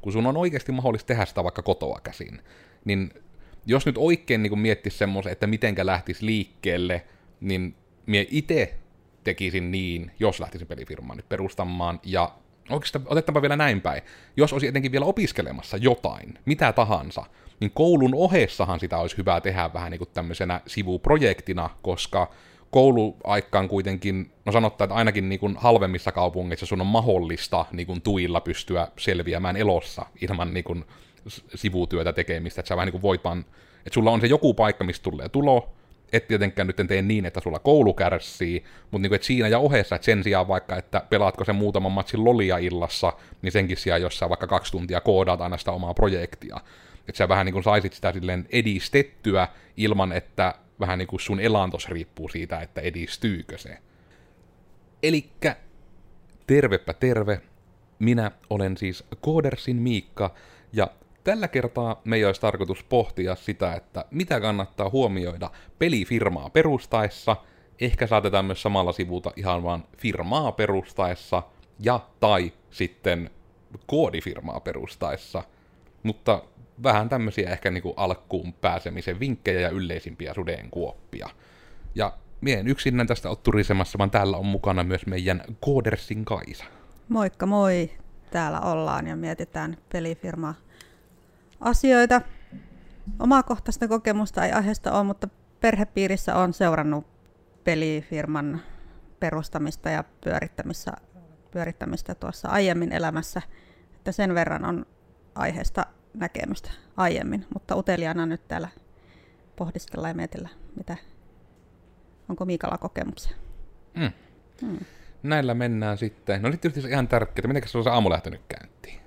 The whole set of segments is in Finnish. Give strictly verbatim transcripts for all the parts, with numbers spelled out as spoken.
kun sun on oikeasti mahdollista tehdä sitä vaikka kotoa käsin, niin jos nyt oikein niin miettisi semmoisen, että mitenkä lähtisi liikkeelle, niin mie itse tekisin niin, jos lähtisin pelifirmaan nyt perustamaan, ja oikeastaan otetaanpa vielä näin päin, jos olisi etenkin vielä opiskelemassa jotain, mitä tahansa, niin koulun ohessahan sitä olisi hyvä tehdä vähän niin kuin tämmöisenä sivuprojektina, koska kouluaikaan kuitenkin, no sanottaa, että ainakin niin kuin halvemmissa kaupungeissa sun on mahdollista niin kuin tuilla pystyä selviämään elossa ilman niin kuin sivutyötä tekemistä, että sä vähän niin kuin voit vaan, että sulla on se joku paikka, mistä tulee tulo, et tietenkään nyt tee niin, että sulla koulu kärsii, mutta niin kuin, että siinä ja ohessa, että sen sijaan vaikka, että pelaatko sen muutaman matsin lolia illassa, niin senkin sijaan, jos sä vaikka kaksi tuntia koodaat aina sitä omaa projektia, että sä vähän niin kuin saisit sitä silleen edistettyä ilman, että vähän niin kuin sun elantos riippuu siitä, että edistyykö se. Elikkä tervepä terve, minä olen siis Codersin Miikka, ja tällä kertaa meidän olisi tarkoitus pohtia sitä, että mitä kannattaa huomioida pelifirmaa perustaessa, ehkä saatetaan myös samalla sivuta ihan vaan firmaa perustaessa, ja tai sitten koodifirmaa perustaessa, mutta vähän tämmöisiä ehkä niinku alkuun pääsemisen vinkkejä ja yleisimpiä sudenkuoppia. Ja mie en yksinään tästä ole turisemassa, vaan täällä on mukana myös meidän Codersin Kaisa. Moikka moi! Täällä ollaan ja mietitään pelifirmaa asioita. Omakohtaista kokemusta ei aiheesta ole, mutta perhepiirissä olen seurannut pelifirman perustamista ja pyörittämistä, pyörittämistä tuossa aiemmin elämässä, että sen verran on aiheesta näkemystä aiemmin, mutta uteliaana nyt täällä pohdiskellaan ja mietillä, mitä, onko Miikalla kokemuksia. Mm. Mm. Näillä mennään sitten. No sitten tietysti ihan tärkeää, miten se on se aamu lähtenyt käyntiin?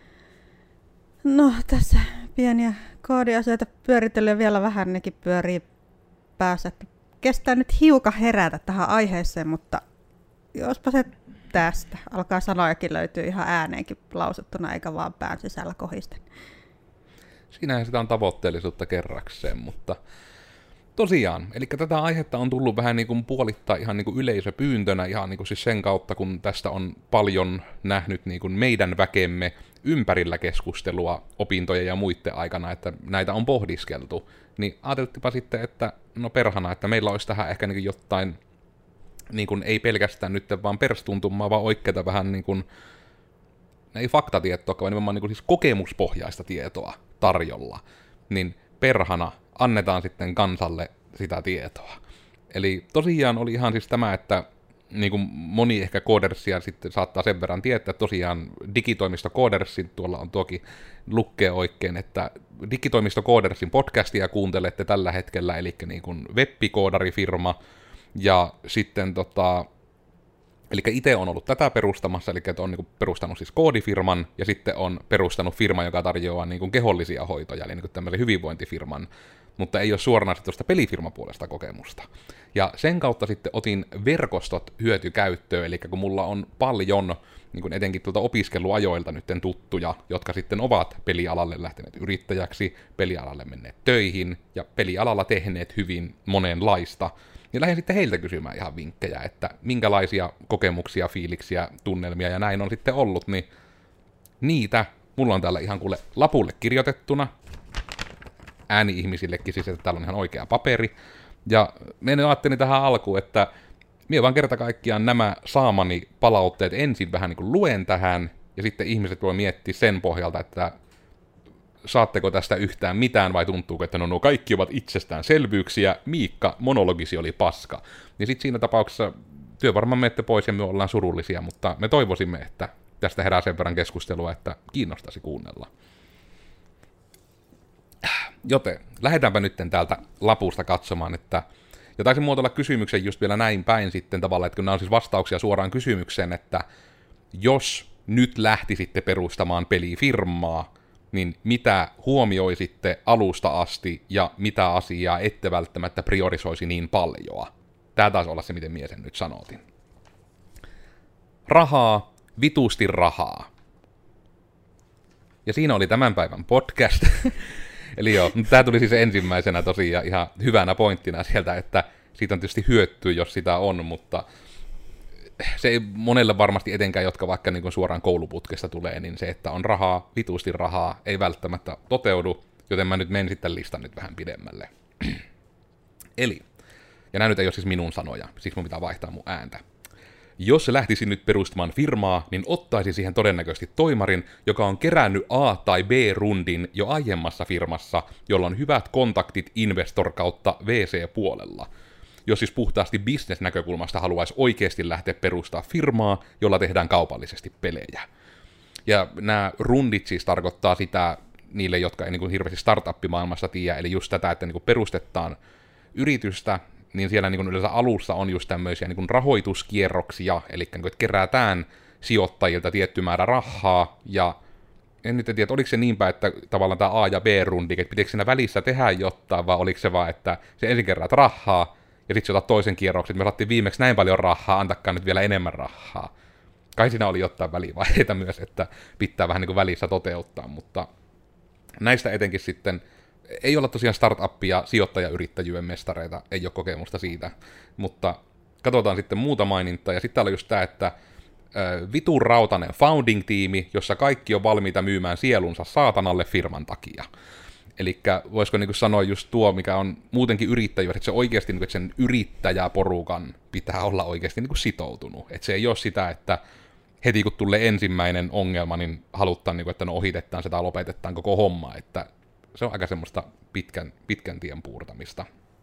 No tässä pieniä koodiasioita pyöritellyt ja vielä vähän nekin pyörii päässä. Kestää nyt hiukan herätä tähän aiheeseen, mutta jospa se tästä. Alkaa sanojakin löytyy ihan ääneenkin lausuttuna, eikä vaan pään sisällä kohisten. Siinähän sitä on tavoitteellisuutta kerrakseen, mutta tosiaan, eli tätä aihetta on tullut vähän niin kuin puolittaa ihan niin kuin yleisöpyyntönä, ihan niin kuin siis sen kautta, kun tästä on paljon nähnyt niin kuin meidän väkemme ympärillä keskustelua opintojen ja muiden aikana, että näitä on pohdiskeltu, niin ajateltiinpa sitten, että no perhana, että meillä olisi tähän ehkä niin kuin jotain, niin kuin ei pelkästään nyt vaan perstuntumaa, vaan oikeata vähän niin kuin, ei faktatietoa, vaan nimenomaan niin kuin siis kokemuspohjaista tietoa tarjolla, niin perhana annetaan sitten kansalle sitä tietoa. Eli tosiaan oli ihan siis tämä, että niin kuin moni ehkä Codersia sitten saattaa sen verran tietää, että tosiaan digitoimisto Codersin, tuolla on toki lukee oikein, että digitoimisto Codersin podcastia kuuntelette tällä hetkellä, eli niin kuin web-koodarifirma, ja sitten tota, eli itse on ollut tätä perustamassa, eli on niin kuin perustanut siis koodifirman, ja sitten on perustanut firman, joka tarjoaa niin kuin kehollisia hoitoja, eli niin kuin tämmöisen hyvinvointifirman, mutta ei ole suoranaisesti tuosta pelifirmapuolesta kokemusta. Ja sen kautta sitten otin verkostot hyötykäyttöön, eli kun mulla on paljon, niin kuin etenkin tuolta opiskeluajoilta nytten tuttuja, jotka sitten ovat pelialalle lähteneet yrittäjäksi, pelialalle menneet töihin, ja pelialalla tehneet hyvin monenlaista, ja lähdin sitten heiltä kysymään ihan vinkkejä, että minkälaisia kokemuksia, fiiliksiä, tunnelmia ja näin on sitten ollut, niin niitä mulla on täällä ihan kuule lapulle kirjoitettuna, ääni-ihmisillekin siis, että täällä on ihan oikea paperi, ja minä ajattelin tähän alkuun, että minä vaan kerta kaikkiaan nämä saamani palautteet ensin vähän niin kuin luen tähän, ja sitten ihmiset voi miettiä sen pohjalta, että saatteko tästä yhtään mitään, vai tuntuuko, että no nuo kaikki ovat itsestäänselvyyksiä, Miikka, monologisi oli paska. Niin sitten siinä tapauksessa työ varmaan menette pois ja me ollaan surullisia, mutta me toivoisimme, että tästä herää sen verran keskustelua, että kiinnostaisi kuunnella. Joten lähdetäänpä nyt täältä lapusta katsomaan, että ja taisin muotoilla kysymyksen just vielä näin päin sitten tavallaan, että kun nämä on siis vastauksia suoraan kysymykseen, että jos nyt lähtisitte perustamaan pelifirmaa, niin mitä huomioisitte alusta asti ja mitä asiaa ette välttämättä priorisoisi niin paljon? Tämä taisi olla se, miten mie sen nyt sanotin. Rahaa, vitusti rahaa. Ja siinä oli tämän päivän podcast. Eli joo, tämä tuli siis ensimmäisenä tosiaan ihan hyvänä pointtina sieltä, että siitä on tietysti hyötyä, jos sitä on, mutta se ei monelle varmasti etenkään, jotka vaikka niin kuin suoraan kouluputkesta tulee, niin se, että on rahaa, vitusti rahaa, ei välttämättä toteudu, joten mä nyt menen sitten listan nyt vähän pidemmälle. Eli, ja nämä nyt ei ole siis minun sanoja, siksi mun pitää vaihtaa mun ääntä. Jos lähtisin nyt perustamaan firmaa, niin ottaisin siihen todennäköisesti toimarin, joka on kerännyt A- tai B-rundin jo aiemmassa firmassa, jolla on hyvät kontaktit investor kautta V C-puolella. Jos siis puhtaasti business-näkökulmasta haluaisi oikeasti lähteä perustaa firmaa, jolla tehdään kaupallisesti pelejä. Ja nämä rundit siis tarkoittaa sitä niille, jotka ei niin kuin hirveästi startup-maailmassa tiedä, eli just tätä, että niin kuin perustetaan yritystä, niin siellä niin kuin yleensä alussa on just tämmöisiä niin kuin rahoituskierroksia, eli niin kuin, että kerätään sijoittajilta tietty määrä rahaa, ja en nyt tiedä, että oliko se niinpä, että tavallaan tämä A- ja B-rundi, että pitäikö siinä välissä tehdä jotain, vai oliko se vaan, että se ensin kerää rahaa, ja sitten se otat toisen kierroksen, että me saattiin viimeksi näin paljon rahaa, antakaa nyt vielä enemmän rahaa. Kai siinä oli jotain välivaiheita myös, että pitää vähän niin kuin välissä toteuttaa, mutta näistä etenkin sitten ei olla tosiaan startuppia, sijoittajayrittäjyyden mestareita, ei ole kokemusta siitä, mutta katsotaan sitten muuta mainintaa, ja sitten täällä on just tämä, että äh, vitun rautainen founding-tiimi, jossa kaikki on valmiita myymään sielunsa saatanalle firman takia. Eli voisiko niinku sanoa just tuo, mikä on muutenkin yrittäjyys, että se oikeasti niinku, että sen yrittäjäporukan pitää olla oikeasti niinku sitoutunut. Että se ei ole sitä, että heti kun tulee ensimmäinen ongelma, niin halutaan, niinku, että no ohitetaan se tai lopetetaan koko homma. Että se on aika semmoista pitkän, pitkän tien puurtamista.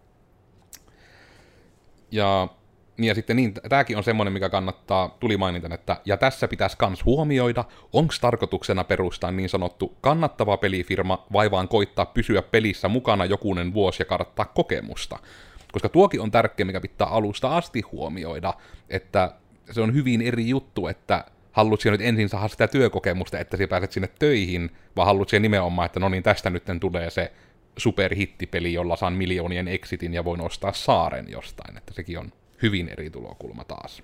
Ja, ja sitten niin, tämäkin on semmoinen, mikä kannattaa, tuli mainita, että ja tässä pitäisi kans huomioida, onko tarkoituksena perustaa niin sanottu kannattava pelifirma vai vaan koittaa pysyä pelissä mukana jokunen vuosi ja karttaa kokemusta. Koska tuokin on tärkeä, mikä pitää alusta asti huomioida, että se on hyvin eri juttu, että haluat sinä nyt ensin saada sitä työkokemusta, että sinä pääset sinne töihin, vai haluat sinä nimenomaan, että no niin, tästä nyt tulee se superhittipeli, jolla saan miljoonien exitin ja voin ostaa saaren jostain, että sekin on hyvin eri tulokulma taas.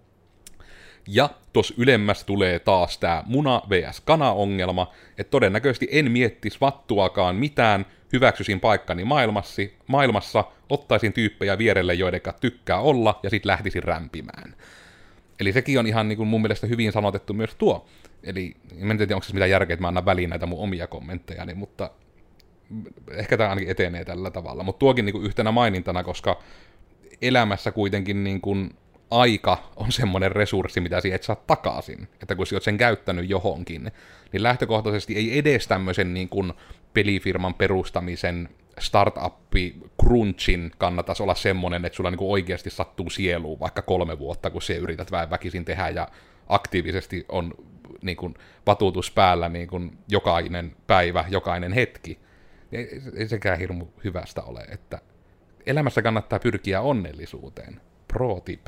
Ja tuossa ylemmässä tulee taas tämä muna versus kana-ongelma, että todennäköisesti en miettisi vattuakaan mitään, hyväksyisin paikkani maailmassa, maailmassa ottaisin tyyppejä vierelle, joiden tykkää olla, ja sitten lähtisin rämpimään. Eli sekin on ihan niin kuin mun mielestä hyvin sanotettu myös tuo. Eli en tiedä, onko se mitään järkeä, että mä annan väliin näitä mun omia kommenttejani, mutta ehkä tämä ainakin etenee tällä tavalla. Mutta tuokin niin kuin yhtenä mainintana, koska elämässä kuitenkin niin kuin aika on semmoinen resurssi, mitä sinä et saa takaisin. Että kun sinä olet sen käyttänyt johonkin, niin lähtökohtaisesti ei edes tämmöisen niin kuin pelifirman perustamisen startuppi crunchin kannattaisi olla semmoinen, että sulla niin kuin oikeasti sattuu sieluun vaikka kolme vuotta, kun se yrität vähän väkisin tehdä ja aktiivisesti on niin kuin vatutus päällä niin kuin jokainen päivä, jokainen hetki. Ei, ei sekään hirmu hyvästä ole, että elämässä kannattaa pyrkiä onnellisuuteen. Pro tip.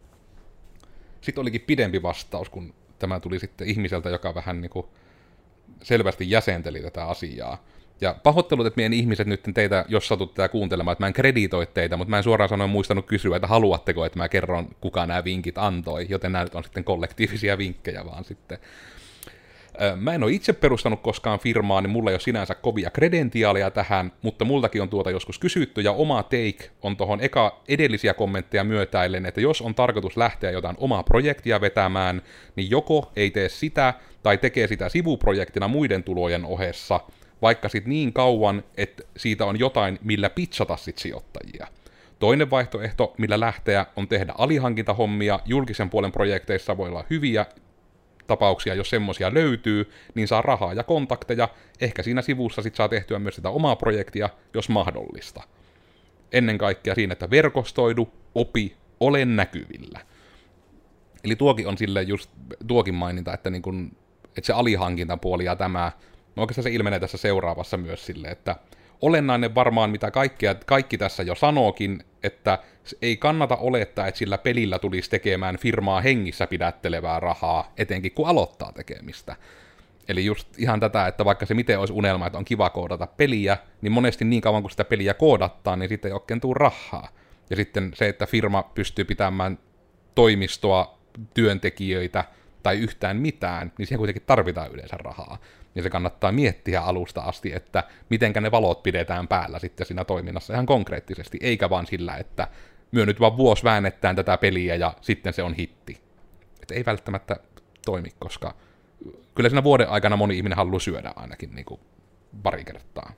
Sitten olikin pidempi vastaus, kun tämä tuli sitten ihmiseltä, joka vähän niin kuin selvästi jäsenteli tätä asiaa. Ja pahoittelut, että meidän ihmiset nyt teitä, jos satutte tätä kuuntelemaan, että mä en kreditoi teitä, mutta mä en suoraan sanoen muistanut kysyä, että haluatteko, että mä kerron, kuka nämä vinkit antoi, joten nämä nyt on sitten kollektiivisia vinkkejä vaan sitten. Mä en ole itse perustanut koskaan firmaa, niin mulla ei ole sinänsä kovia kredentiaaleja tähän, mutta multakin on tuota joskus kysytty, ja oma take on tuohon eka edellisiä kommentteja myötäillen, että jos on tarkoitus lähteä jotain omaa projektia vetämään, niin joko ei tee sitä, tai tekee sitä sivuprojektina muiden tulojen ohessa, vaikka sit niin kauan, että siitä on jotain, millä pitsata sit sijoittajia. Toinen vaihtoehto, millä lähteä, on tehdä alihankintahommia, julkisen puolen projekteissa voi olla hyviä tapauksia, jos semmosia löytyy, niin saa rahaa ja kontakteja, ehkä siinä sivussa sit saa tehtyä myös sitä omaa projektia, jos mahdollista. Ennen kaikkea siinä, että verkostoidu, opi, ole näkyvillä. Eli tuokin on silleen just, tuokin maininta, että, niin kun, että se alihankintapuoli ja tämä, no oikeastaan se ilmenee tässä seuraavassa myös silleen, että olennainen varmaan, mitä kaikkea, kaikki tässä jo sanookin, että ei kannata olettaa, että sillä pelillä tulisi tekemään firmaa hengissä pidättelevää rahaa, etenkin kun aloittaa tekemistä. Eli just ihan tätä, että vaikka se miten olisi unelma, että on kiva koodata peliä, niin monesti niin kauan kun sitä peliä koodattaa, niin sitten ei oikein tule rahaa. Ja sitten se, että firma pystyy pitämään toimistoa, työntekijöitä tai yhtään mitään, niin siihen kuitenkin tarvitaan yleensä rahaa. Ja se kannattaa miettiä alusta asti, että mitenkä ne valot pidetään päällä sitten siinä toiminnassa ihan konkreettisesti, eikä vaan sillä, että myö nyt vaan vuosi väännetään tätä peliä ja sitten se on hitti. että ei välttämättä toimi, koska kyllä siinä vuoden aikana moni ihminen haluaa syödä ainakin niin kuin pari kertaa.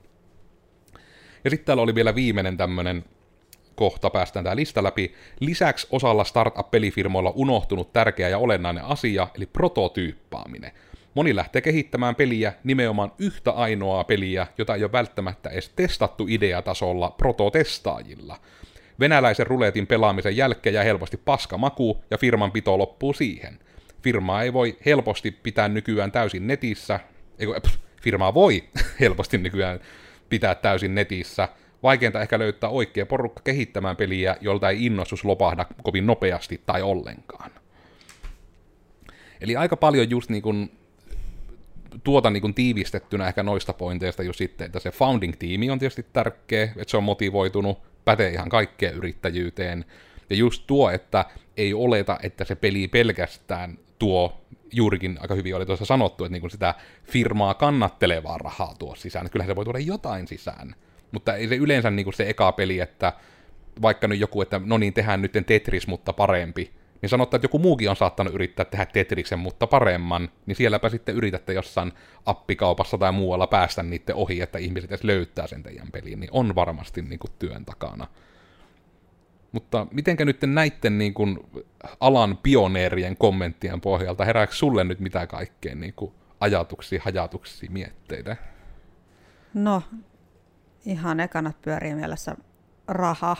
Ja sitten täällä oli vielä viimeinen tämmöinen kohta, päästään tämä lista läpi. Lisäksi osalla startup-pelifirmoilla unohtunut tärkeä ja olennainen asia, eli prototyyppaaminen. Moni lähtee kehittämään peliä, nimenomaan yhtä ainoaa peliä, jota ei ole välttämättä edes testattu ideatasolla prototestaajilla. Venäläisen ruletin pelaamisen jälkeen jää helposti paskamaku, ja firman pito loppuu siihen. Firmaa ei voi helposti pitää nykyään täysin netissä, eikö, pff, firmaa voi helposti nykyään pitää täysin netissä. Vaikeinta ehkä löytää oikea porukka kehittämään peliä, jolta ei innostus lopahda kovin nopeasti tai ollenkaan. Eli aika paljon just niin kuin tuota niin kuin tiivistettynä ehkä noista pointeista just sitten, että se founding-tiimi on tietysti tärkeä, että se on motivoitunut, pätee ihan kaikkeen yrittäjyyteen. Ja just tuo, että ei oleta, että se peli pelkästään tuo, juurikin aika hyvin oli tuossa sanottu, että niin kuin sitä firmaa kannattelevaa rahaa tuo sisään. Kyllähän se voi tuoda jotain sisään. Mutta ei se yleensä niin kuin se eka peli, että vaikka nyt joku, että no niin, tehdään nyt Tetris, mutta parempi, niin sanottaa, että joku muukin on saattanut yrittää tehdä Tetriksen, mutta paremman, niin sielläpä sitten yritätte jossain appikaupassa tai muualla päästä niiden ohi, että ihmiset edes löytää sen teidän peliin, niin on varmasti niin kuin työn takana. Mutta mitenkä nyt näitten niin kuin alan pioneerien kommenttien pohjalta, herääkö sulle nyt mitä kaikkea niin kuin ajatuksia, hajatuksia, mietteitä? No, ihan ekanat pyörii mielessä raha,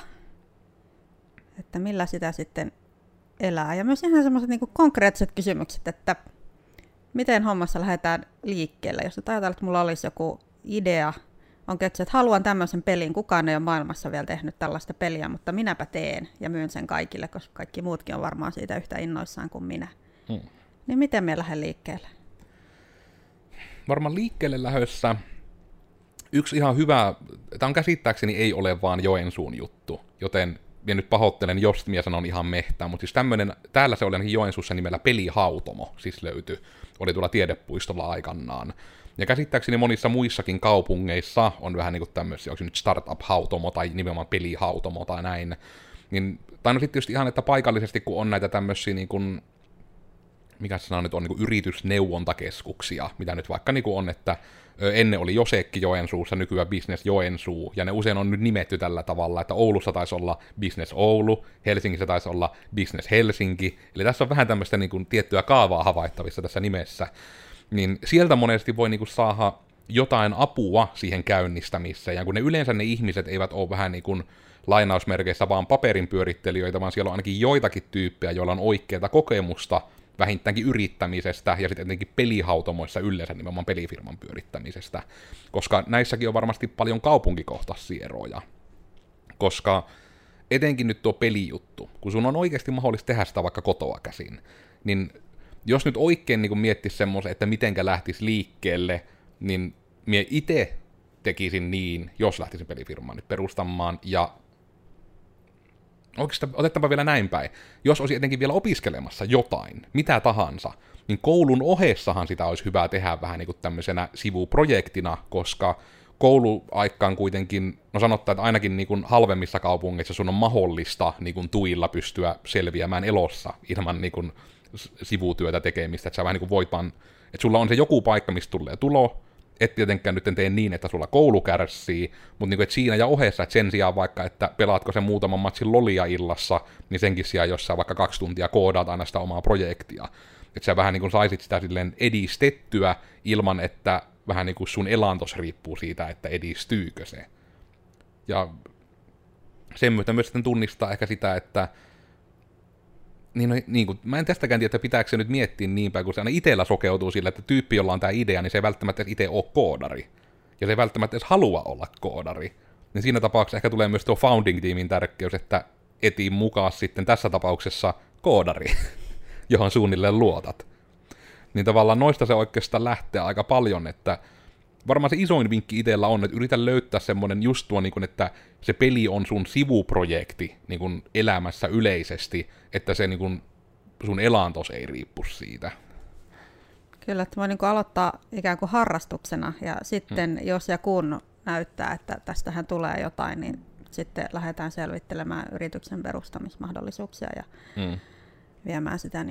että millä sitä sitten elää. Ja myös ihan semmoiset niin kuin konkreettiset kysymykset, että miten hommassa lähdetään liikkeelle. Jos ajatellaan, että mulla olisi joku idea, on ketsi, että haluan tämmöisen pelin, kukaan ei ole maailmassa vielä tehnyt tällaista peliä, mutta minäpä teen ja myyn sen kaikille, koska kaikki muutkin on varmaan siitä yhtä innoissaan kuin minä. Hmm. Niin miten me lähden liikkeelle? Varmaan liikkeelle lähdössä yksi ihan hyvä, tämä on käsittääkseni ei ole vaan Joensuun juttu, joten minä nyt pahoittelen, jos minä sanon ihan mehtään, mutta siis tämmöinen, täällä se oli ainakin Joensuussa nimellä Pelihautomo, siis löytyi, oli tuolla tiedepuistolla aikanaan. Ja käsittääkseni monissa muissakin kaupungeissa on vähän niin kuin tämmöisiä, onko se nyt startup-hautomo tai nimenomaan pelihautomo tai näin. Niin, tai no sitten just ihan, että paikallisesti kun on näitä tämmöisiä niin kuin, mikä se sanoo nyt on, niin kuin yritysneuvontakeskuksia, mitä nyt vaikka niin kuin on, että ennen oli Josekki Joensuussa, nykyään Business Joensuu, ja ne usein on nyt nimetty tällä tavalla, että Oulussa taisi olla Business Oulu, Helsingissä taisi olla Business Helsinki, eli tässä on vähän tämmöistä niin kuin tiettyä kaavaa havaittavissa tässä nimessä, niin sieltä monesti voi niin kuin saada jotain apua siihen käynnistämiseen, ja kun ne yleensä ne ihmiset eivät ole vähän niin kuin lainausmerkeissä vaan paperin pyörittelijöitä, vaan siellä on ainakin joitakin tyyppejä, joilla on oikeaa kokemusta vähintäänkin yrittämisestä ja sitten etenkin pelihautomoissa yleensä nimenomaan pelifirman pyörittämisestä, koska näissäkin on varmasti paljon kaupunkikohtaisia eroja, koska etenkin nyt tuo pelijuttu, kun sun on oikeasti mahdollista tehdä sitä vaikka kotoa käsin, niin jos nyt oikein niin miettisi semmoisen, että mitenkä lähtisi liikkeelle, niin mie itse tekisin niin, jos lähtisin pelifirmaan nyt perustamaan, ja oikeastaan otetaanpa vielä näin päin. Jos olisi etenkin vielä opiskelemassa jotain, mitä tahansa, niin koulun ohessahan sitä olisi hyvä tehdä vähän niin kuin tämmöisenä sivuprojektina, koska kouluaikaan kuitenkin, no sanotaan, että ainakin niin kuin halvemmissa kaupungeissa sun on mahdollista niin kuin tuilla pystyä selviämään elossa ilman niin kuin sivutyötä tekemistä, että sä vähän niin kuin voit vaan, että sulla on se joku paikka, mistä tulee tulo, et tietenkään nyt tee niin, että sulla koulu kärsii, mutta niin kuin, että siinä ja ohessa, että sen sijaan vaikka, että pelaatko sen muutaman matsin lolia illassa, niin senkin sijaan, jos sä vaikka kaksi tuntia koodaat aina sitä omaa projektia. Että sä vähän niin kuin saisit sitä silleen edistettyä ilman, että vähän niin kuin sun elantos riippuu siitä, että edistyykö se. Ja sen myötä myös sitten tunnistaa ehkä sitä, että Niin, no, niin kuin, mä en tästäkään tiedä, että pitääkö se nyt miettiä niin päin, kun se aina itsellä sokeutuu sillä, että tyyppi, jolla on tämä idea, niin se ei välttämättä itse ole koodari. Ja se ei välttämättä edes halua olla koodari. Niin siinä tapauksessa ehkä tulee myös tuo founding-tiimin tärkeys, että etiin mukaan sitten tässä tapauksessa koodari, johon suunnilleen luotat. Niin tavallaan noista se oikeastaan lähtee aika paljon, että varmaan se isoin vinkki itsellä on, että yritä löytää semmoinen just tuo, että se peli on sun sivuprojekti niin kuin elämässä yleisesti, että se niin kuin sun elantos ei riippu siitä. Kyllä, että voi niin kuin aloittaa ikään kuin harrastuksena, ja sitten hmm. jos ja kun näyttää, että tästähän tulee jotain, niin sitten lähdetään selvittelemään yrityksen perustamismahdollisuuksia ja hmm. viemään sitä niin kuin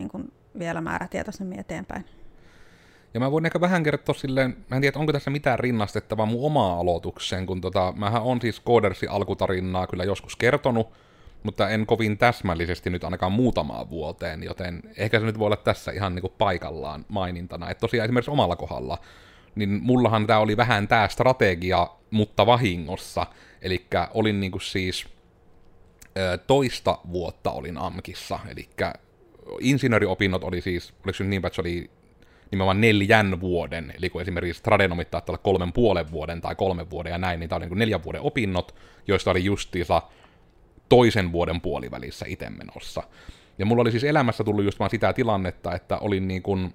vielä määrätietoisemmin eteenpäin. Ja mä voin ehkä vähän kertoa silleen, mä en tiedä, onko tässä mitään rinnastettavaa mun omaa aloitukseen, kun tota, mähän on siis Codersin alkutarinaa kyllä joskus kertonut, mutta en kovin täsmällisesti nyt ainakaan muutamaan vuoteen, joten ehkä se nyt voi olla tässä ihan niinku paikallaan mainintana. Että tosiaan esimerkiksi omalla kohdalla, niin mullahan tää oli vähän tää strategia, mutta vahingossa. Eli olin niinku siis toista vuotta olin A M Kissa, eli insinööriopinnot oli siis, oliko se niin, että se oli nimenomaan neljän vuoden, eli kun esimerkiksi tradenomit taittaa olla kolmen puolen vuoden tai kolmen vuoden ja näin, niin tämä oli niin kuin neljän vuoden opinnot, joista oli justiinsa toisen vuoden puolivälissä itse menossa. Ja mulla oli siis elämässä tullut just vaan sitä tilannetta, että olin niin kuin,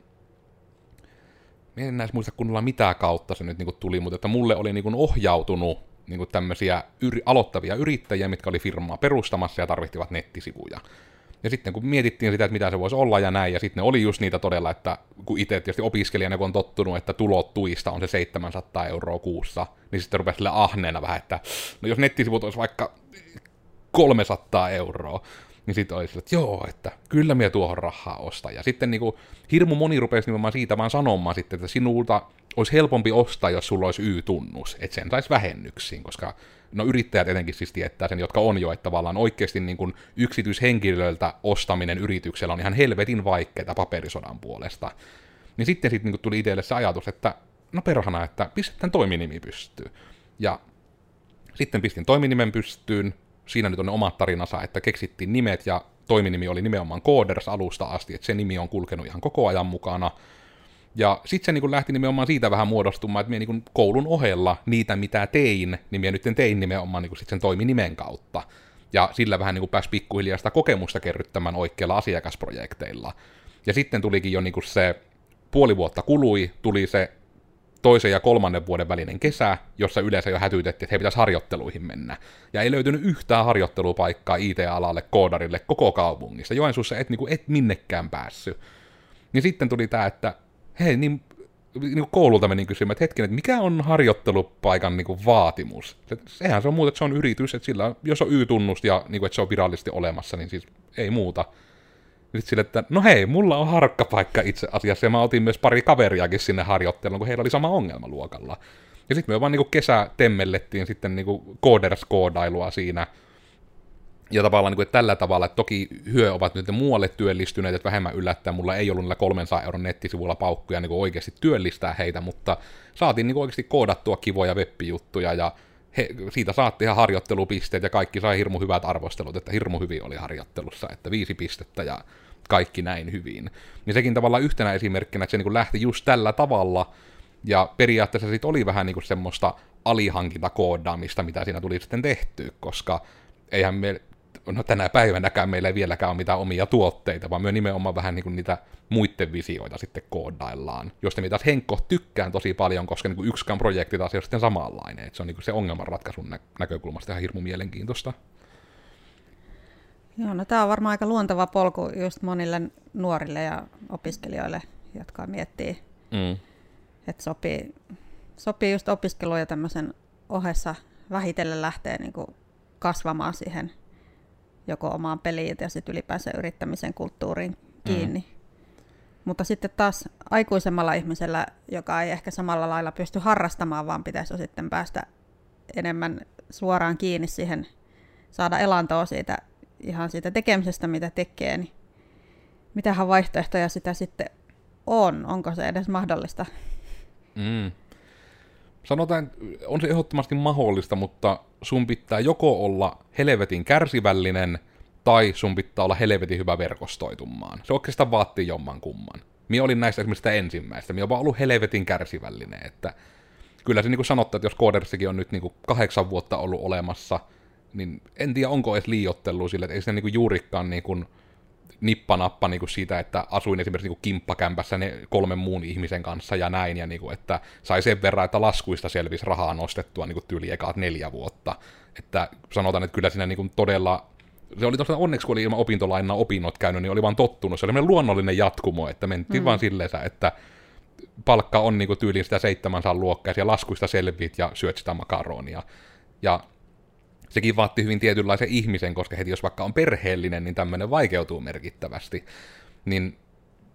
en näis muista kunnolla mitä kautta se nyt niin kuin tuli, mutta että mulle oli niin kuin ohjautunut niin kuin tämmöisiä yri- aloittavia yrittäjiä, mitkä oli firmaa perustamassa ja tarvittivat nettisivuja. Ja sitten kun mietittiin sitä, että mitä se voisi olla ja näin, ja sitten ne oli just niitä todella, että kun itse tietysti opiskelijana, kun on tottunut, että tulot tuista on se seitsemänsataa euroa kuussa, niin sitten rupesi sille ahneena vähän, että no jos nettisivut olisi vaikka kolmesataa euroa, niin sitten olisi, että joo, että kyllä minä tuohon rahaa ostan. Ja sitten niin kuin, hirmu moni rupesi nimenomaan siitä vaan sanomaan sitten, että sinulta olisi helpompi ostaa, jos sulla olisi Y-tunnus, että sen saisi vähennyksiin, koska no yrittäjät etenkin siis tietää sen, jotka on jo, että tavallaan oikeasti niin kuin yksityishenkilöiltä ostaminen yrityksellä on ihan helvetin vaikeaa paperisodan puolesta. Niin sitten sitten niin kuin tuli itselle se ajatus, että no perhana, että pistetään toiminimi pystyyn. Ja sitten pistin toiminimen pystyyn, siinä nyt on ne omat tarinansa, että keksittiin nimet ja toiminimi oli nimenomaan Coders alusta asti, että se nimi on kulkenut ihan koko ajan mukana. Ja sitten se niin lähti nimenomaan siitä vähän muodostumaan, että minä niin koulun ohella niitä, mitä tein, niin minä nyt tein nimenomaan niin sit sen toiminimen kautta. Ja sillä vähän niin pääsi pikkuhiljaa sitä kokemusta kerryttämään oikeilla asiakasprojekteilla. Ja sitten tulikin jo niin se puoli vuotta kului, tuli se toisen ja kolmannen vuoden välinen kesä, jossa yleensä jo hätyytettiin, että he pitäisi harjoitteluihin mennä. Ja ei löytynyt yhtään harjoittelupaikkaa I T-alalle, koodarille koko kaupungissa. Joensuussa et, niin kuin, et minnekään päässyt. Niin sitten tuli tämä, että hei, niin, niin koululta menin kysymään, että hetken, että mikä on harjoittelupaikan niin kuin vaatimus? Se, sehän se on muuta, että se on yritys, että sillä, jos on Y-tunnus ja niin kuin, että se on virallisesti olemassa, niin siis ei muuta. Sitten sille, että no hei, mulla on harkkapaikka itse asiassa, ja mä otin myös pari kaveriakin sinne harjoitteluun, kun heillä oli sama ongelma luokalla. Ja sitten me vaan niin kesä temmellettiin sitten niin Coders-koodailua siinä. Ja tavallaan niin kuin, että tällä tavalla, että toki hyö ovat nyt muualle työllistyneet, että vähemmän yllättää, mulla ei ollut niillä kolmensadan euron nettisivuilla paukkuja niin kuin oikeasti työllistää heitä, mutta saatiin niin kuin oikeasti koodattua kivoja web-juttuja, ja he, siitä saatiin ihan harjoittelupisteet, ja kaikki sai hirmu hyvät arvostelut, että hirmu hyvin oli harjoittelussa, että viisi pistettä, ja kaikki näin hyvin. Ja sekin tavallaan yhtenä esimerkkinä, että se niin kuin lähti just tällä tavalla, ja periaatteessa sitten oli vähän niin kuin semmoista alihankintakoodaamista, mitä siinä tuli sitten tehtyä, koska eihän me, no tänä päivänäkään meillä ei vieläkään ole mitään omia tuotteita, vaan me nimenomaan vähän niin kuin niitä muiden visioita sitten koodaillaan, josta me taas Henkko tykkään tosi paljon, koska niin kuin yksikään projekti taas ei ole sitten samanlainen, että se on niin kuin se ongelmanratkaisun nä- näkökulmasta ihan hirmu mielenkiintoista. Joo, no tämä on varmaan aika luonteva polku just monille nuorille ja opiskelijoille, jotka miettii, mm. että sopii, sopii just opiskelua ja tämmöisen ohessa vähitellen lähtee niin kuin kasvamaan siihen joko omaan peliin ja sitten ylipäänsä yrittämisen kulttuuriin kiinni. Mm. Mutta sitten taas aikuisemmalla ihmisellä, joka ei ehkä samalla lailla pysty harrastamaan, vaan pitäisi sitten päästä enemmän suoraan kiinni siihen, saada elantoa siitä, ihan siitä tekemisestä, mitä tekee, niin mitähän vaihtoehtoja sitä sitten on? Onko se edes mahdollista? Mm. Sanotaan, on se ehdottomasti mahdollista, mutta sun pitää joko olla helvetin kärsivällinen, tai sun pitää olla helvetin hyvä verkostoitumaan. Se oikeastaan vaatii jomman kumman. Minä olin näistä esimerkiksi sitä ensimmäistä. Minä olen vaan ollut helvetin kärsivällinen. Että kyllä se niin kuin sanottu, että jos Codersikin on nyt niin kuin kahdeksan vuotta ollut olemassa, niin en tiedä onko edes liioittelua sille, että ei se niin kuin juurikaan niin kuin nippanappa niin kuin siitä, että asuin esimerkiksi niin kuin kimppakämpässä ne kolmen muun ihmisen kanssa ja näin, ja niin kuin, että sai sen verran, että laskuista selvisi rahaa nostettua niin kuin tyyli ekaat neljä vuotta. Että sanotaan, että kyllä siinä niin kuin todella, se oli tosiaan onneksi, kun oli ilman opintolainaa opinnot käynyt, niin oli vaan tottunut. Se oli luonnollinen jatkumo, että mentiin mm. vaan silleensä, että palkka on niin kuin tyyliin sitä seitsemänsadan luokkaa, ja laskuista selvit ja syöt sitä makaronia. Ja sekin vaatti hyvin tietynlaisen ihmisen, koska heti jos vaikka on perheellinen, niin tämmöinen vaikeutuu merkittävästi. Niin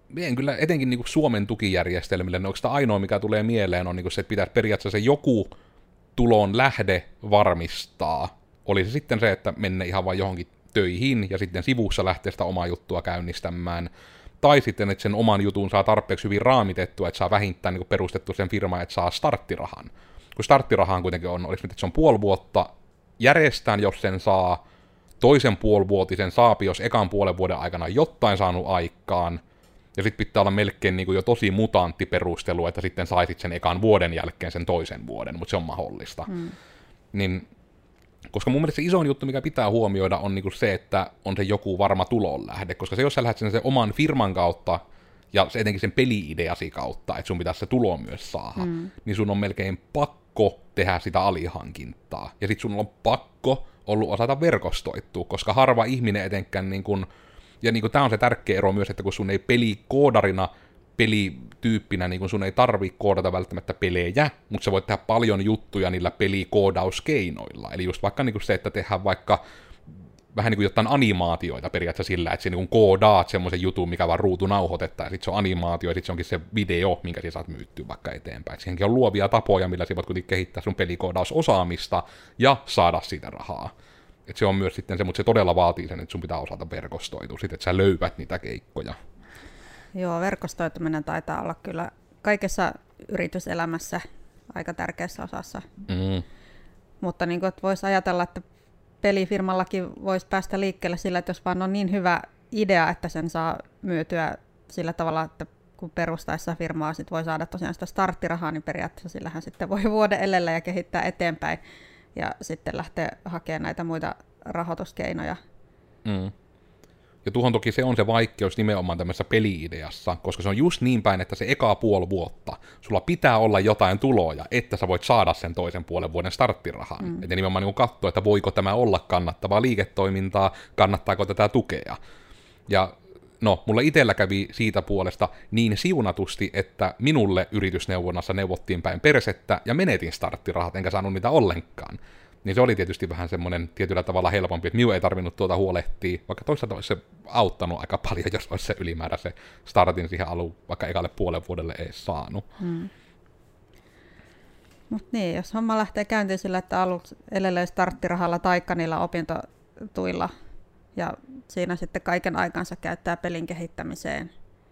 en kyllä etenkin niin kuin Suomen tukijärjestelmille, niin oikeastaan ainoa, mikä tulee mieleen, on niin kuin se, että pitäisi periaatteessa se joku tulon lähde varmistaa. Oli se sitten se, että menne ihan vaan johonkin töihin ja sitten sivussa lähtee sitä omaa juttua käynnistämään. Tai sitten, että sen oman jutun saa tarpeeksi hyvin raamitettua, että saa vähintään niin kuin perustettu sen firma, että saa starttirahan. Kun starttirahaan kuitenkin on, oliko nyt, että se on puoli vuotta järjestään, jos sen saa, toisen puolivuotisen saapi, jos ekan puolen vuoden aikana jotain saanut aikaan, ja sitten pitää olla melkein niin kuin jo tosi mutantti perustelu, että sitten saisit sen ekan vuoden jälkeen sen toisen vuoden, mutta se on mahdollista. Mm. Niin, koska mun mielestä se isoin juttu, mikä pitää huomioida, on niin kuin se, että on se joku varma tulonlähde, koska se, jos sä lähdet sen, sen oman firman kautta, ja se etenkin sen peli-ideasi kautta, että sun pitäisi se tulo myös saada, mm. niin sun on melkein pakko tehdä sitä alihankintaa. Ja sit sun on pakko ollut osata verkostoittua, koska harva ihminen etenkään, niin kun, ja niin kun tää on se tärkeä ero myös, että kun sun ei pelikoodarina, pelityyppinä, niin kun sun ei tarvii koodata välttämättä pelejä, mutta sä voit tehdä paljon juttuja niillä pelikoodauskeinoilla. Eli just vaikka niin kun se, että tehdään vaikka vähän niin kuin jotain animaatioita periaatteessa sillä, että sä niin koodaat semmoisen jutun, mikä vaan ruutu nauhoitetta, ja sitten se on animaatio, ja sitten se onkin se video, minkä sä saat myyttyä vaikka eteenpäin. Siihenkin on luovia tapoja, millä sä voit kuitenkin kehittää sun pelikoodaus-osaamista ja saada siitä rahaa. Et se on myös sitten se, mutta se todella vaatii sen, että sun pitää osata verkostoitua, sit, että sä löydät niitä keikkoja. Joo, verkostoituminen taitaa olla kyllä kaikessa yrityselämässä aika tärkeässä osassa. Mm. Mutta niin kuin, että voisi ajatella, että pelifirmallakin voisi päästä liikkeelle sillä, että jos vaan on niin hyvä idea, että sen saa myytyä sillä tavalla, että kun perustaessa firmaa sit voi saada tosiaan sitä starttirahaa, niin periaatteessa sillähän sitten voi vuoden elellä ja kehittää eteenpäin ja sitten lähteä hakemaan näitä muita rahoituskeinoja. Mm. Ja tuohon toki se on se vaikeus nimenomaan tämmöisessä peli-ideassa, koska se on just niin päin, että se eka puoli vuotta, sulla pitää olla jotain tuloja, että sä voit saada sen toisen puolen vuoden starttirahan. Mm. Että nimenomaan niin katsoa, että voiko tämä olla kannattavaa liiketoimintaa, kannattaako tätä tukea. Ja no, mulla itsellä kävi siitä puolesta niin siunatusti, että minulle yritysneuvonnassa neuvottiin päin persettä ja menetin starttirahat, enkä saanut niitä ollenkaan. Niin se oli tietysti vähän semmoinen tietyllä tavalla helpompi, että minun ei tarvinnut tuota huolehtia, vaikka toisaalta olisi se auttanut aika paljon, jos olisi se ylimäärä se startin siihen aluun, vaikka ekalle puolen vuodelle ei saanut. Hmm. Mutta niin, jos homma lähtee käyntiin sillä, että aluksi elelee starttirahalla taikka niillä opintotuilla, ja siinä sitten kaiken aikansa käyttää pelin kehittämiseen,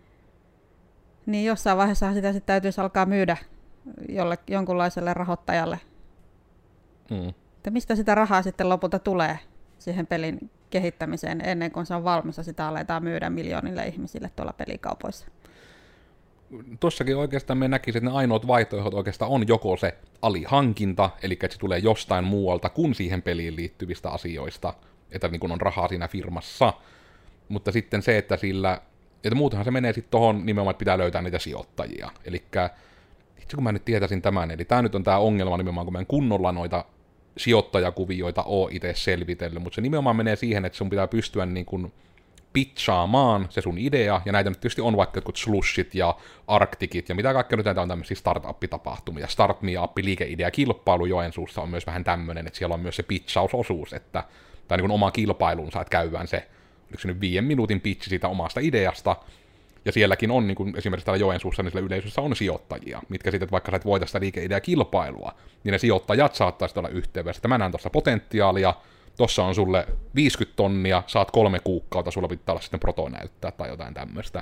niin jossain vaiheessa sitä sitten täytyisi alkaa myydä jolle, jonkunlaiselle rahoittajalle. Hmm. Että mistä sitä rahaa sitten lopulta tulee siihen pelin kehittämiseen ennen kuin se on valmis ja sitä aletaan myydä miljoonille ihmisille tuolla pelikaupoissa? Tuossakin oikeastaan me näkisin, että ne ainoat vaihtoehdot oikeastaan on joko se alihankinta, eli että se tulee jostain muualta kuin siihen peliin liittyvistä asioista, että niin kun on rahaa siinä firmassa, mutta sitten se, että sillä, että muutenhan se menee sitten tuohon nimenomaan, että pitää löytää niitä sijoittajia, eli itse kun mä nyt tietäisin tämän, eli tämä nyt on tämä ongelma nimenomaan, kun mä en kunnolla noita sijoittajakuvioita ole itse selvitellyt, mutta se nimenomaan menee siihen, että sun pitää pystyä niin kuin pitchaamaan se sun idea, ja näitä nyt tietysti on vaikka jotkut slushit ja arktikit, ja mitä kaikkea nyt näitä on tämmöisiä startup-tapahtumia. Start Me Up liikeidea-kilpailu Joensuussa on myös vähän tämmöinen, että siellä on myös se pitchausosuus, että tai niin kuin oma kilpailunsa, että käydään se, oliko se nyt viiden minuutin pitchi siitä omasta ideasta, ja sielläkin on, niin kuin esimerkiksi täällä Joensuussa, niin sillä yleisössä on sijoittajia, mitkä sitten, vaikka sä et voita sitä liikeidea-kilpailua, niin ne sijoittajat saattaisi olla yhteydessä, että mä näen tuossa potentiaalia, tossa on sulle viisikymmentä tonnia, saat kolme kuukautta, sulla pitää olla sitten proto näyttää tai jotain tämmöistä.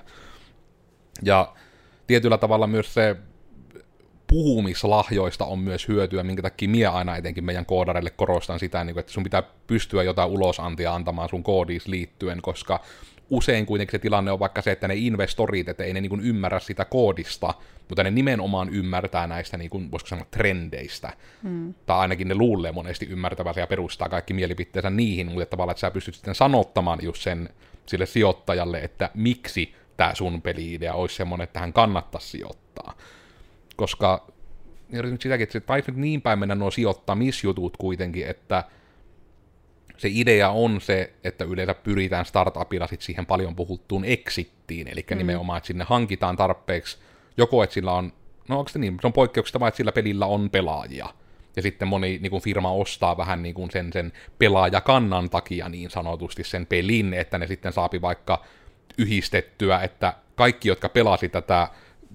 Ja tietyllä tavalla myös se puhumislahjoista on myös hyötyä, minkä takia minä aina etenkin meidän koodareille korostan sitä, että sun pitää pystyä jotain ulosantia antamaan sun koodiin liittyen, koska usein kuitenkin se tilanne on vaikka se, että ne investorit, että ei ne niin ymmärrä sitä koodista, mutta ne nimenomaan ymmärtää näistä, niin kuin, voisiko sanoa, trendeistä. Hmm. Tai ainakin ne luulee monesti ymmärtävänsä ja perustaa kaikki mielipiteensä niihin, mutta tavallaan, että sä pystyt sitten sanottamaan just sen sille sijoittajalle, että miksi tämä sun peli-idea olisi semmoinen, että hän kannattaisi sijoittaa. Koska nyt sitäkin, että se taisi nyt niin päin mennä nuo sijoittamisjutut kuitenkin, että se idea on se, että yleensä pyritään startupilla sit siihen paljon puhuttuun exittiin, eli mm. nimenomaan, että sinne hankitaan tarpeeksi, joko että sillä on, no onko se niin, se on poikkeuksista vaan, että sillä pelillä on pelaajia, ja sitten moni niin kuin firma ostaa vähän niin kuin sen, sen pelaajakannan takia niin sanotusti sen pelin, että ne sitten saapi vaikka yhdistettyä, että kaikki, jotka pelasi tätä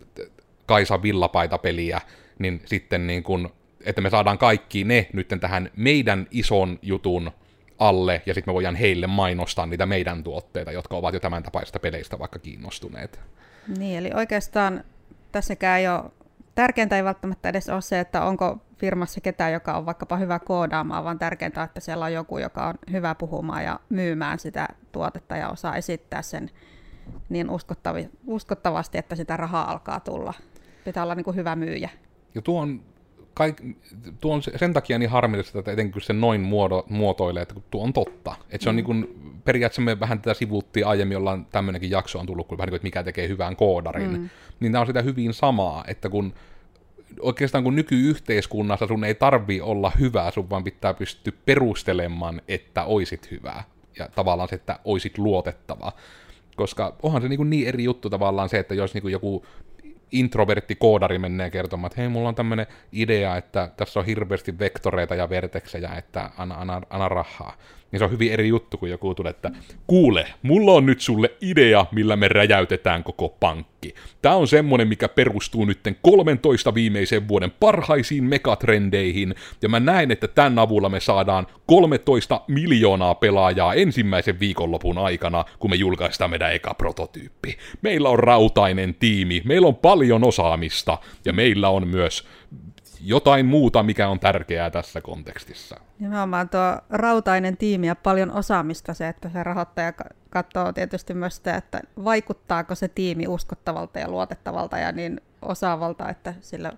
Kaisa Villapaita-peliä, niin sitten niin kuin, että me saadaan kaikki ne nyt tähän meidän ison jutun alle, ja sitten me voidaan heille mainostaa niitä meidän tuotteita, jotka ovat jo tämän tapaisista peleistä vaikka kiinnostuneet. Niin, eli oikeastaan tässäkään ei ole, tärkeintä ei välttämättä edes ole se, että onko firmassa ketään, joka on vaikkapa hyvä koodaamaan, vaan tärkeintä, että siellä on joku, joka on hyvä puhumaan ja myymään sitä tuotetta ja osaa esittää sen niin uskottavasti, että sitä rahaa alkaa tulla. Pitää olla niin kuin hyvä myyjä. Ja tuo on, kaik, tuo on sen takia niin harmillista, että etenkin kun se noin muodo, muotoilee, että tuo on totta. Että se on mm. niin kuin, periaatteessa me vähän tätä sivuttiin aiemmin, jollain tämmöinenkin jakso on tullut, kun vähän niin kuin, että mikä tekee hyvän koodarin. Mm. Niin tämä on sitä hyvin samaa, että kun oikeastaan kun nykyyhteiskunnassa sun ei tarvii olla hyvä, sun vaan pitää pystyä perustelemaan, että oisit hyvä. Ja tavallaan se, että oisit luotettava. Koska onhan se niin, niin eri juttu tavallaan se, että jos niin joku introvertti koodari menee kertomaan, että hei, mulla on tämmöinen idea, että tässä on hirveästi vektoreita ja verteksejä, että anna, anna, anna rahaa. Niin se on hyvin eri juttu, kun joku tulee, että kuule, mulla on nyt sulle idea, millä me räjäytetään koko pankki. Tää on semmonen, mikä perustuu nytten kolmentoista viimeisen vuoden parhaisiin megatrendeihin, ja mä näen, että tämän avulla me saadaan kolmetoista miljoonaa pelaajaa ensimmäisen viikonlopun aikana, kun me julkaistaan meidän eka prototyyppi. Meillä on rautainen tiimi, meillä on paljon osaamista, ja meillä on myös jotain muuta, mikä on tärkeää tässä kontekstissa. Nimenomaan tuo rautainen tiimi ja paljon osaamista, se, että se rahoittaja katsoo tietysti myös sitä, että vaikuttaako se tiimi uskottavalta ja luotettavalta ja niin osaavalta, että sillä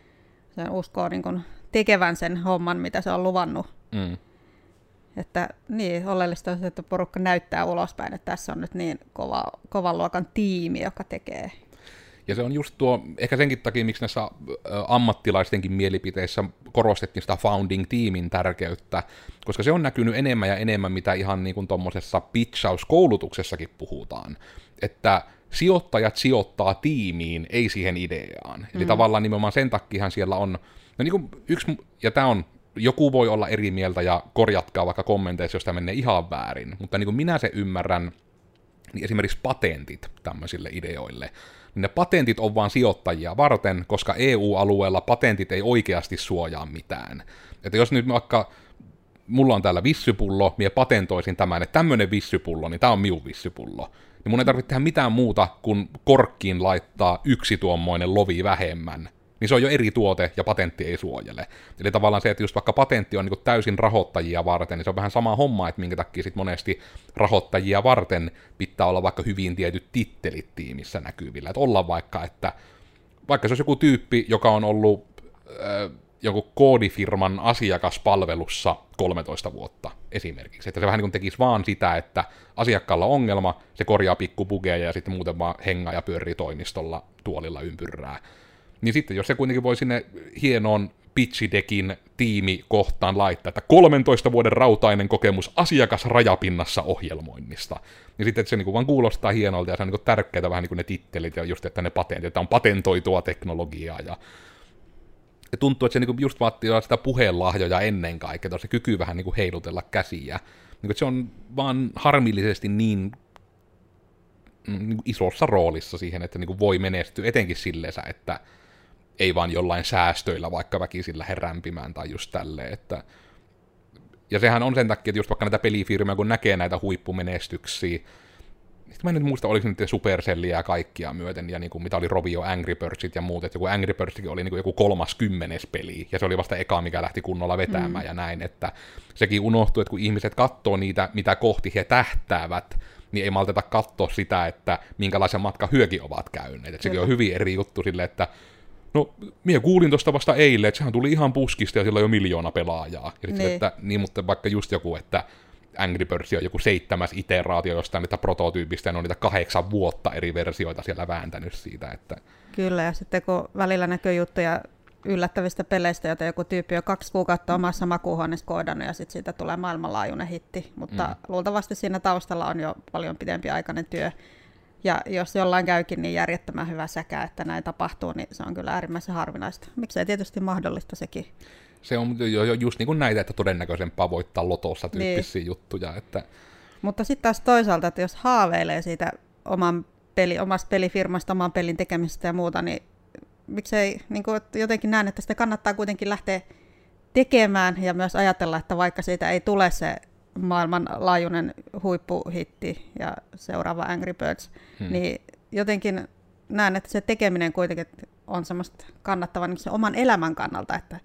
se uskoo niin kuin tekevän sen homman, mitä se on luvannut. Mm. Että niin, oleellista on se, että porukka näyttää ulospäin, että tässä on nyt niin kova, kovan luokan tiimi, joka tekee. Ja se on just tuo, ehkä senkin takia, miksi näissä ammattilaistenkin mielipiteissä korostettiin sitä founding-tiimin tärkeyttä, koska se on näkynyt enemmän ja enemmän, mitä ihan niin kuin tuommoisessa pitchauskoulutuksessakin puhutaan, että sijoittajat sijoittaa tiimiin, ei siihen ideaan. Mm. Eli tavallaan nimenomaan sen takiahan siellä on, no niin kuin yksi, ja tämä on, joku voi olla eri mieltä ja korjatkaa vaikka kommenteissa, jos tämä menee ihan väärin, mutta niin kuin minä se ymmärrän, niin esimerkiksi patentit tämmöisille ideoille, niin ne patentit on vaan sijoittajia varten, koska E U-alueella patentit ei oikeasti suojaa mitään. Että jos nyt vaikka mulla on täällä vissypullo, minä patentoisin tämän, että tämmöinen vissypullo, niin tämä on minun vissypullo. Niin mun ei tarvitse tehdä mitään muuta kuin korkkiin laittaa yksi tuommoinen lovi vähemmän. Niin se on jo eri tuote ja patentti ei suojele. Eli tavallaan se, että just vaikka patentti on niin kuin täysin rahoittajia varten, niin se on vähän sama homma, että minkä takia sit monesti rahoittajia varten pitää olla vaikka hyvin tietyt tittelit tiimissä näkyvillä. Että olla vaikka, että vaikka se olisi joku tyyppi, joka on ollut äh, joku koodifirman asiakaspalvelussa kolmetoista vuotta esimerkiksi. Että se vähän niin kuin tekisi vaan sitä, että asiakkaalla on ongelma, se korjaa pikkubugeja ja sitten muuten vaan hengaa ja pyörii toimistolla tuolilla ympyrää. Niin sitten, jos se kuitenkin voi sinne hienoon pitchidekin tiimi kohtaan laittaa, että kolmentoista vuoden rautainen kokemus asiakasrajapinnassa ohjelmoinnista, niin sitten että se niin vaan kuulostaa hienolta ja se on niin tärkeää vähän niin kuin ne tittelit ja just, että ne patentit, että on patentoitua teknologiaa ja, ja tuntuu, että se niin just vaatii sitä puheenlahjoja ennen kaikkea, että se kyky vähän niin heilutella käsiä. Niin se on vaan harmillisesti niin niin isossa roolissa siihen, että niin voi menestyä etenkin silleensä, että ei vaan jollain säästöillä vaikka väkisillä herämpimään tai just tälleen, että ja sehän on sen takia, että just vaikka näitä pelifirmoja, kun näkee näitä huippumenestyksiä, sitten mä en nyt muista, oliko niiden Supercellia ja kaikkia myöten, ja niin kuin, mitä oli Rovio Angry Birdsit ja muut, että joku Angry Birdsikin oli niin kuin joku kolmaskymmenes peli, ja se oli vasta eka, mikä lähti kunnolla vetämään mm. ja näin, että sekin unohtui, että kun ihmiset katsoo niitä, mitä kohti he tähtäävät, niin ei malteta katsoa sitä, että minkälaisen matkan hyökin ovat käyneet. Et sekin on hyvin eri juttu sille, että no, minä kuulin tuosta vasta eilen, että sehän tuli ihan puskista ja sillä on jo miljoona pelaajaa. Ja niin. Että, niin, mutta vaikka just joku, että Angry Birds on joku seitsemäs iteraatio jostain niitä prototyypistä, ja ne on niitä kahdeksan vuotta eri versioita siellä vääntänyt siitä. Että kyllä, ja sitten kun välillä näkyy juttuja yllättävistä peleistä, joita joku tyyppi on kaksi kuukautta omassa makuuhuoneessa koodannut, ja sitten siitä tulee maailmanlaajuinen hitti. Mutta mm. luultavasti siinä taustalla on jo paljon pidempi aikainen työ. Ja jos jollain käykin niin järjettömän hyvä säkä, että näin tapahtuu, niin se on kyllä äärimmäisen harvinaista. Miksei tietysti mahdollista sekin. Se on jo, jo just niin kuin näitä, että todennäköisempää voittaa lotossa tyyppisiä niin juttuja. Että mutta sitten taas toisaalta, että jos haaveilee siitä oman peli, omasta pelifirmasta, oman pelin tekemisestä ja muuta, niin miksei niin kuin, jotenkin näen, että sitä kannattaa kuitenkin lähteä tekemään ja myös ajatella, että vaikka siitä ei tule se maailmanlaajuinen huippuhitti ja seuraava Angry Birds, hmm. niin jotenkin näen, että se tekeminen kuitenkin on semmoista kannattavaa niin se oman elämän kannalta, että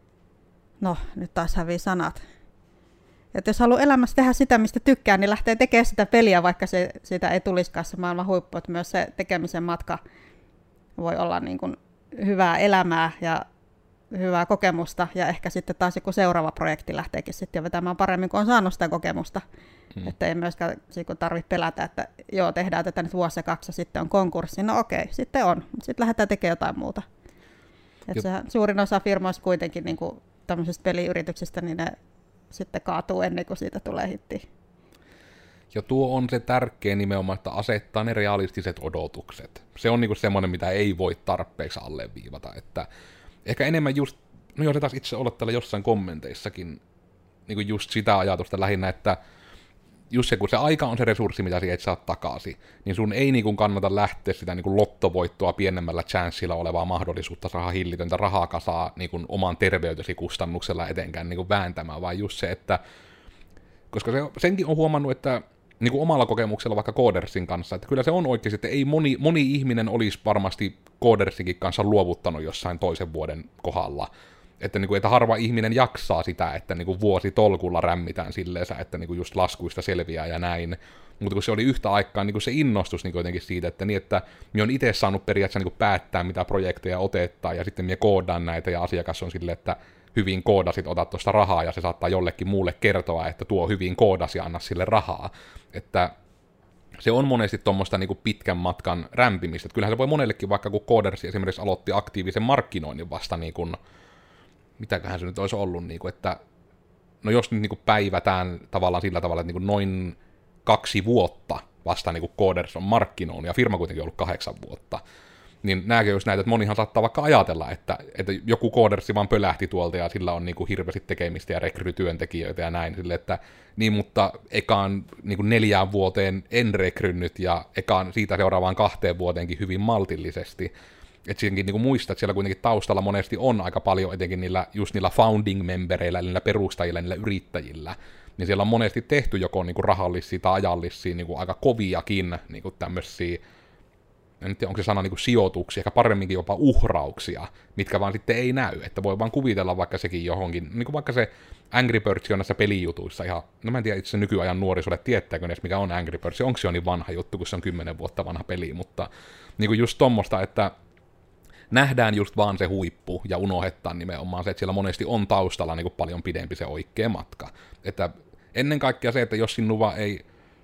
no, nyt taas hävii sanat. Että jos haluaa elämässä tehdä sitä, mistä tykkää, niin lähtee tekemään sitä peliä, vaikka se, sitä ei tulisikaan se maailman huippu. Että myös se tekemisen matka voi olla niin kuin hyvää elämää ja hyvää kokemusta, ja ehkä sitten taas joku seuraava projekti lähteekin sitten jo vetämään paremmin, kun on saanut sitä kokemusta. Hmm. Että ei myöskään tarvitse pelätä, että joo, tehdään tätä nyt vuosi ja kaksi, ja sitten on konkurssi. No okei, sitten on, mutta sitten lähdetään tekemään jotain muuta. Että se, suurin osa firmoista kuitenkin niin kuin tämmöisistä peliyrityksistä, niin ne sitten kaatuu ennen kuin siitä tulee hitti. Ja tuo on se tärkeä nimenomaan, että asettaa ne realistiset odotukset. Se on niinku semmoinen, mitä ei voi tarpeeksi alleviivata. Että ehkä enemmän just, no joo, se taas itse olla täällä jossain kommenteissakin, niinku just sitä ajatusta lähinnä, että just se, kun se aika on se resurssi, mitä sinä et saa takaisin, niin sun ei niinku kannata lähteä sitä niinku lottovoittoa pienemmällä chanssilla olevaa mahdollisuutta saada hillitöntä rahaa kasaa niinku oman terveytesi kustannuksella etenkään niinku vääntämään, vaan just se, että koska se, senkin on huomannut, että niin kuin omalla kokemuksella vaikka Codersin kanssa, että kyllä se on oikeasti, että ei moni, moni ihminen olisi varmasti Codersinkin kanssa luovuttanut jossain toisen vuoden kohdalla. Että, niin kuin, että harva ihminen jaksaa sitä, että niin kuin vuosi tolkulla rämmitään silleensä, että niin kuin just laskuista selviää ja näin. Mutta kun se oli yhtä aikaa niin kuin se innostus niin kuin jotenkin siitä, että, niin, että minä olen itse saanut periaatteessa niin kuin päättää, mitä projekteja otetaan, ja sitten minä koodaan näitä, ja asiakas on silleen, että hyvin koodasit, otat tuosta rahaa, ja se saattaa jollekin muulle kertoa, että tuo hyvin koodas ja anna sille rahaa. Että se on monesti tuommoista niinku pitkän matkan rämpimistä. Että kyllähän se voi monellekin, vaikka kun Codersi esimerkiksi aloitti aktiivisen markkinoinnin vasta, niin kuin, mitäköhän se nyt olisi ollut, niin kuin, että no jos nyt niin kuin päivätään tavallaan sillä tavalla, että niin kuin noin kaksi vuotta vasta niin kuin Coders on markkinoinut, ja firma kuitenkin on ollut kahdeksan vuotta, niin nämäkin just näitä, että monihan saattaa vaikka ajatella, että, että joku Codersi vaan pölähti tuolta ja sillä on niin kuin hirveästi tekemistä ja rekrytyöntekijöitä ja näin, sille, että niin, mutta ekaan niin kuin neljään vuoteen en rekrynyt ja ekaan siitä seuraavaan kahteen vuoteenkin hyvin maltillisesti. Että siinäkin niin kuin muistat, että siellä kuitenkin taustalla monesti on aika paljon etenkin niillä, just niillä founding membereillä, niillä perustajilla, niillä yrittäjillä, niin siellä on monesti tehty joko niin kuin rahallisia tai ajallisia niin kuin aika koviakin niin kuin tämmöisiä, en tiedä, onko se sana niin kuin sijoituksia, ehkä paremminkin jopa uhrauksia, mitkä vaan sitten ei näy, että voi vaan kuvitella vaikka sekin johonkin, niin kuin vaikka se Angry Birds on näissä pelijutuissa ihan, no mä en tiedä itse nykyajan nuorisolle tietääkö edes mikä on Angry Birds, onko se jo niin vanha juttu, kun se on kymmenen vuotta vanha peli, mutta niin kuin just tommoista, että nähdään just vaan se huippu ja unohdetaan nimenomaan se, että siellä monesti on taustalla niin kuin paljon pidempi se oikea matka, että ennen kaikkea se, että jos sinua ei,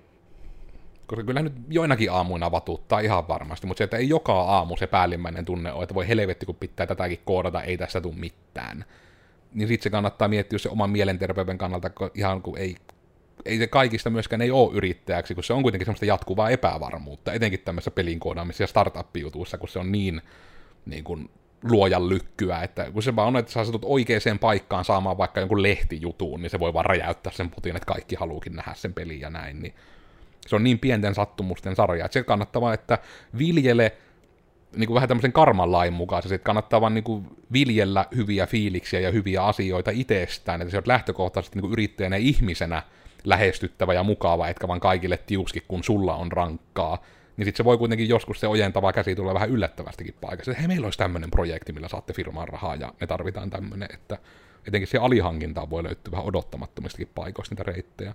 koska kyllä nyt joinakin aamuina vatuuttaa ihan varmasti, mutta se, että ei joka aamu se päällimmäinen tunne ole, että voi helvetti, kun pitää tätäkin koodata, ei tästä tule mitään. Niin sitten se kannattaa miettiä se oman mielenterveyden kannalta, kun ihan kun ei, ei se kaikista myöskään ei ole yrittäjäksi, kun se on kuitenkin semmoista jatkuvaa epävarmuutta, etenkin tämmöisessä pelin koodaamisessa ja startup-jutuissa, kun se on niin, niin kuin luojan lykkyä, että kun se vaan on, että sä satut oikeaan paikkaan saamaan vaikka jonkun lehtijutuun, niin se voi vaan räjäyttää sen putin, että kaikki haluukin nähdä sen pelin ja näin, niin se on niin pienten sattumusten sarja, että se kannattaa vaan, että viljele niin kuin vähän tämmöisen karman lain mukaisesti, että kannattaa vaan niin kuin viljellä hyviä fiiliksiä ja hyviä asioita itsestään, että se on lähtökohtaisesti niin kuin yrittäjänä ja ihmisenä lähestyttävä ja mukava, etkä vaan kaikille tiuski, kun sulla on rankkaa, niin sitten se voi kuitenkin joskus se ojentava käsi tulla vähän yllättävästikin paikassa, että hei, meillä olisi tämmöinen projekti, millä saatte firmaan rahaa ja me tarvitaan tämmöinen, että etenkin se alihankintaan voi löytyä vähän odottamattomistakin paikoista niitä reittejä.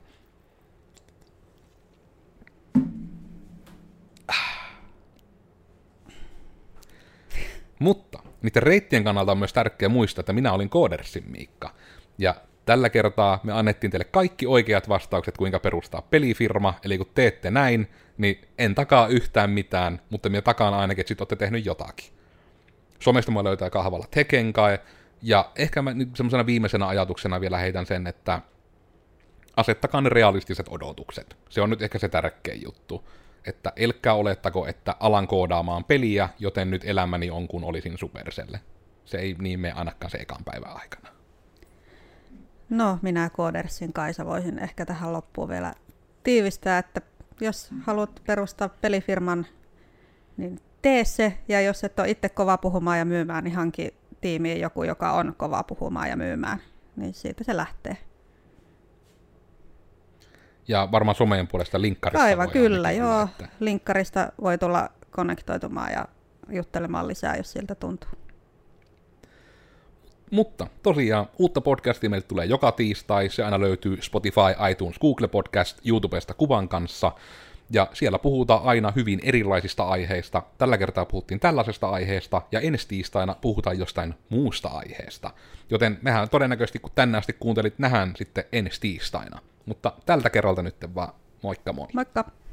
Mutta niiden reittien kannalta on myös tärkeää muistaa, että minä olin Codersin Miikka. Ja tällä kertaa me annettiin teille kaikki oikeat vastaukset, kuinka perustaa pelifirma. Eli kun teette näin, niin en takaa yhtään mitään, mutta minä takaan ainakin, että sit olette tehnyt jotakin. Somesta mua löytää kahvalla Tekenkai. Ja ehkä mä nyt semmoisena viimeisenä ajatuksena vielä heitän sen, että asettakaa ne realistiset odotukset. Se on nyt ehkä se tärkein juttu. Että elkkää olettako, että alan koodaamaan peliä, joten nyt elämäni on kun olisin Supercelle. Se ei niin mene ainakaan se ekan päivän aikana. No, minä Codersin Kaisa voisin ehkä tähän loppuun vielä tiivistää, että jos haluat perustaa pelifirman niin tee se, ja jos et ole itse kova puhumaan ja myymään, niin hanki tiimiin joku, joka on kova puhumaan ja myymään, niin siitä se lähtee. Ja varmaan someen puolesta linkkarista Aivan, voi kyllä, joo. Että... Linkkarista voi tulla konnektoitumaan ja juttelemaan lisää, jos siltä tuntuu. Mutta tosiaan uutta podcastia meille tulee joka tiistai, se aina löytyy Spotify, iTunes, Google Podcast, YouTubesta kuvan kanssa, ja siellä puhutaan aina hyvin erilaisista aiheista. Tällä kertaa puhuttiin tällaisesta aiheesta, ja ensi tiistaina puhutaan jostain muusta aiheesta. Joten mehän todennäköisesti, kun tänne asti kuuntelit, nähdään sitten ensi tiistaina. Mutta tältä kerralta nyt vaan moikka moi. Moikka!